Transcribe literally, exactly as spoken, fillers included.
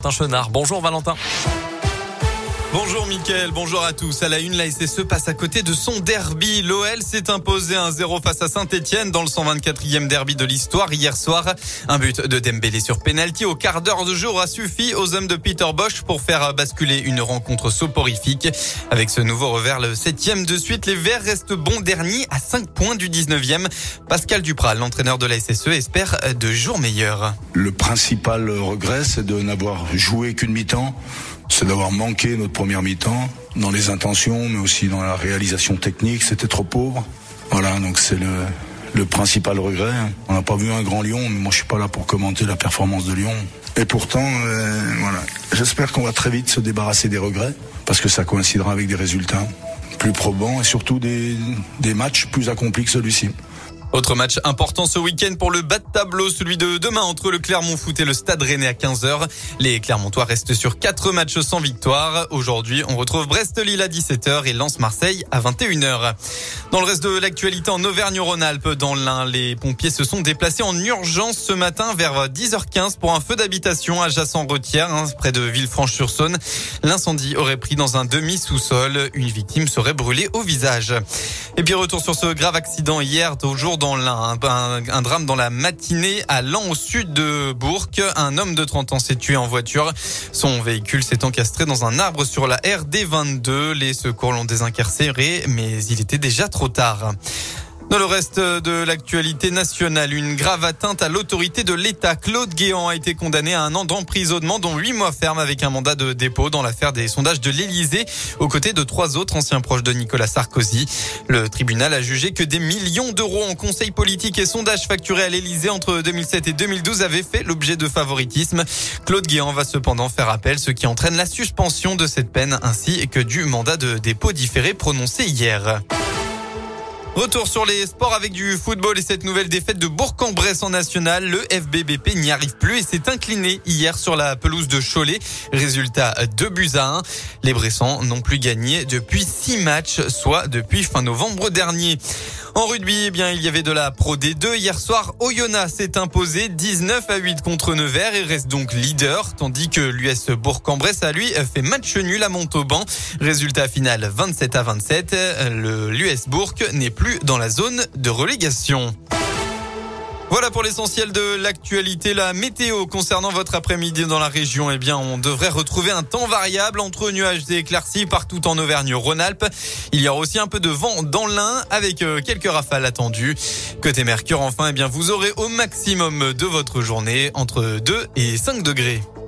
Valentin Chenard. Bonjour Valentin. Bonjour Mickaël, bonjour à tous. À la une, la S S E passe à côté de son derby. L'O L s'est imposé un zéro face à Saint-Etienne dans le cent vingt-quatrième derby de l'histoire hier soir. Un but de Dembélé sur pénalty au quart d'heure de jeu aura suffi aux hommes de Peter Bosz pour faire basculer une rencontre soporifique. Avec ce nouveau revers, le septième de suite, les Verts restent bons derniers à cinq points du dix-neuvième. Pascal Duprat, l'entraîneur de la S S E, espère de jours meilleurs. Le principal regret, c'est de n'avoir joué qu'une mi-temps. C'est d'avoir manqué notre première mi-temps dans les intentions, mais aussi dans la réalisation technique. C'était trop pauvre. Voilà, donc c'est le, le principal regret. On n'a pas vu un grand Lyon, mais moi je suis pas là pour commenter la performance de Lyon. Et pourtant, euh, voilà, j'espère qu'on va très vite se débarrasser des regrets, parce que ça coïncidera avec des résultats plus probants et surtout des, des matchs plus accomplis que celui-ci. Autre match important ce week-end pour le bas de tableau, celui de demain entre le Clermont Foot et le Stade Rennais à quinze heures. Les Clermontois restent sur quatre matchs sans victoire. Aujourd'hui, on retrouve Brest-Lille à dix-sept heures et Lens-Marseille à vingt et une heures. Dans le reste de l'actualité en Auvergne-Rhône-Alpes, dans l'Ain, les pompiers se sont déplacés en urgence ce matin vers dix heures quinze pour un feu d'habitation à Jassan-Retière, hein, près de Villefranche-sur-Saône. L'incendie aurait pris dans un demi-sous-sol. Une victime serait brûlée au visage. Et puis retour sur ce grave accident hier, toujours dans l'Ain, un, un drame dans la matinée à Laon au sud de Bourg. Un homme de trente ans s'est tué en voiture. Son véhicule s'est encastré dans un arbre sur la R D vingt-deux. Les secours l'ont désincarcéré, mais il était déjà trop tard. Dans le reste de l'actualité nationale, une grave atteinte à l'autorité de l'État. Claude Guéant a été condamné à un an d'emprisonnement, dont huit mois ferme avec un mandat de dépôt dans l'affaire des sondages de l'Élysée, aux côtés de trois autres anciens proches de Nicolas Sarkozy. Le tribunal a jugé que des millions d'euros en conseils politiques et sondages facturés à l'Élysée entre deux mille sept et deux mille douze avaient fait l'objet de favoritisme. Claude Guéant va cependant faire appel, ce qui entraîne la suspension de cette peine ainsi que du mandat de dépôt différé prononcé hier. Retour sur les sports avec du football et cette nouvelle défaite de Bourg-en-Bresse en national. Le F B B P n'y arrive plus et s'est incliné hier sur la pelouse de Cholet. Résultat deux buts à un. Les Bressans n'ont plus gagné depuis six matchs, soit depuis fin novembre dernier. En rugby, eh bien, il y avait de la Pro D deux. Hier soir, Oyonnax s'est imposé dix-neuf à huit contre Nevers et reste donc leader, tandis que l'U S Bourg-en-Bresse a lui fait match nul à Montauban. Résultat final vingt-sept à vingt-sept. Le l'U S Bourg n'est plus dans la zone de relégation. Voilà pour l'essentiel de l'actualité. La météo concernant votre après-midi dans la région, eh bien, on devrait retrouver un temps variable entre nuages et éclaircies partout en Auvergne-Rhône-Alpes. Il y aura aussi un peu de vent dans l'Ain avec quelques rafales attendues. Côté Mercure, enfin, eh bien, vous aurez au maximum de votre journée entre deux et cinq degrés.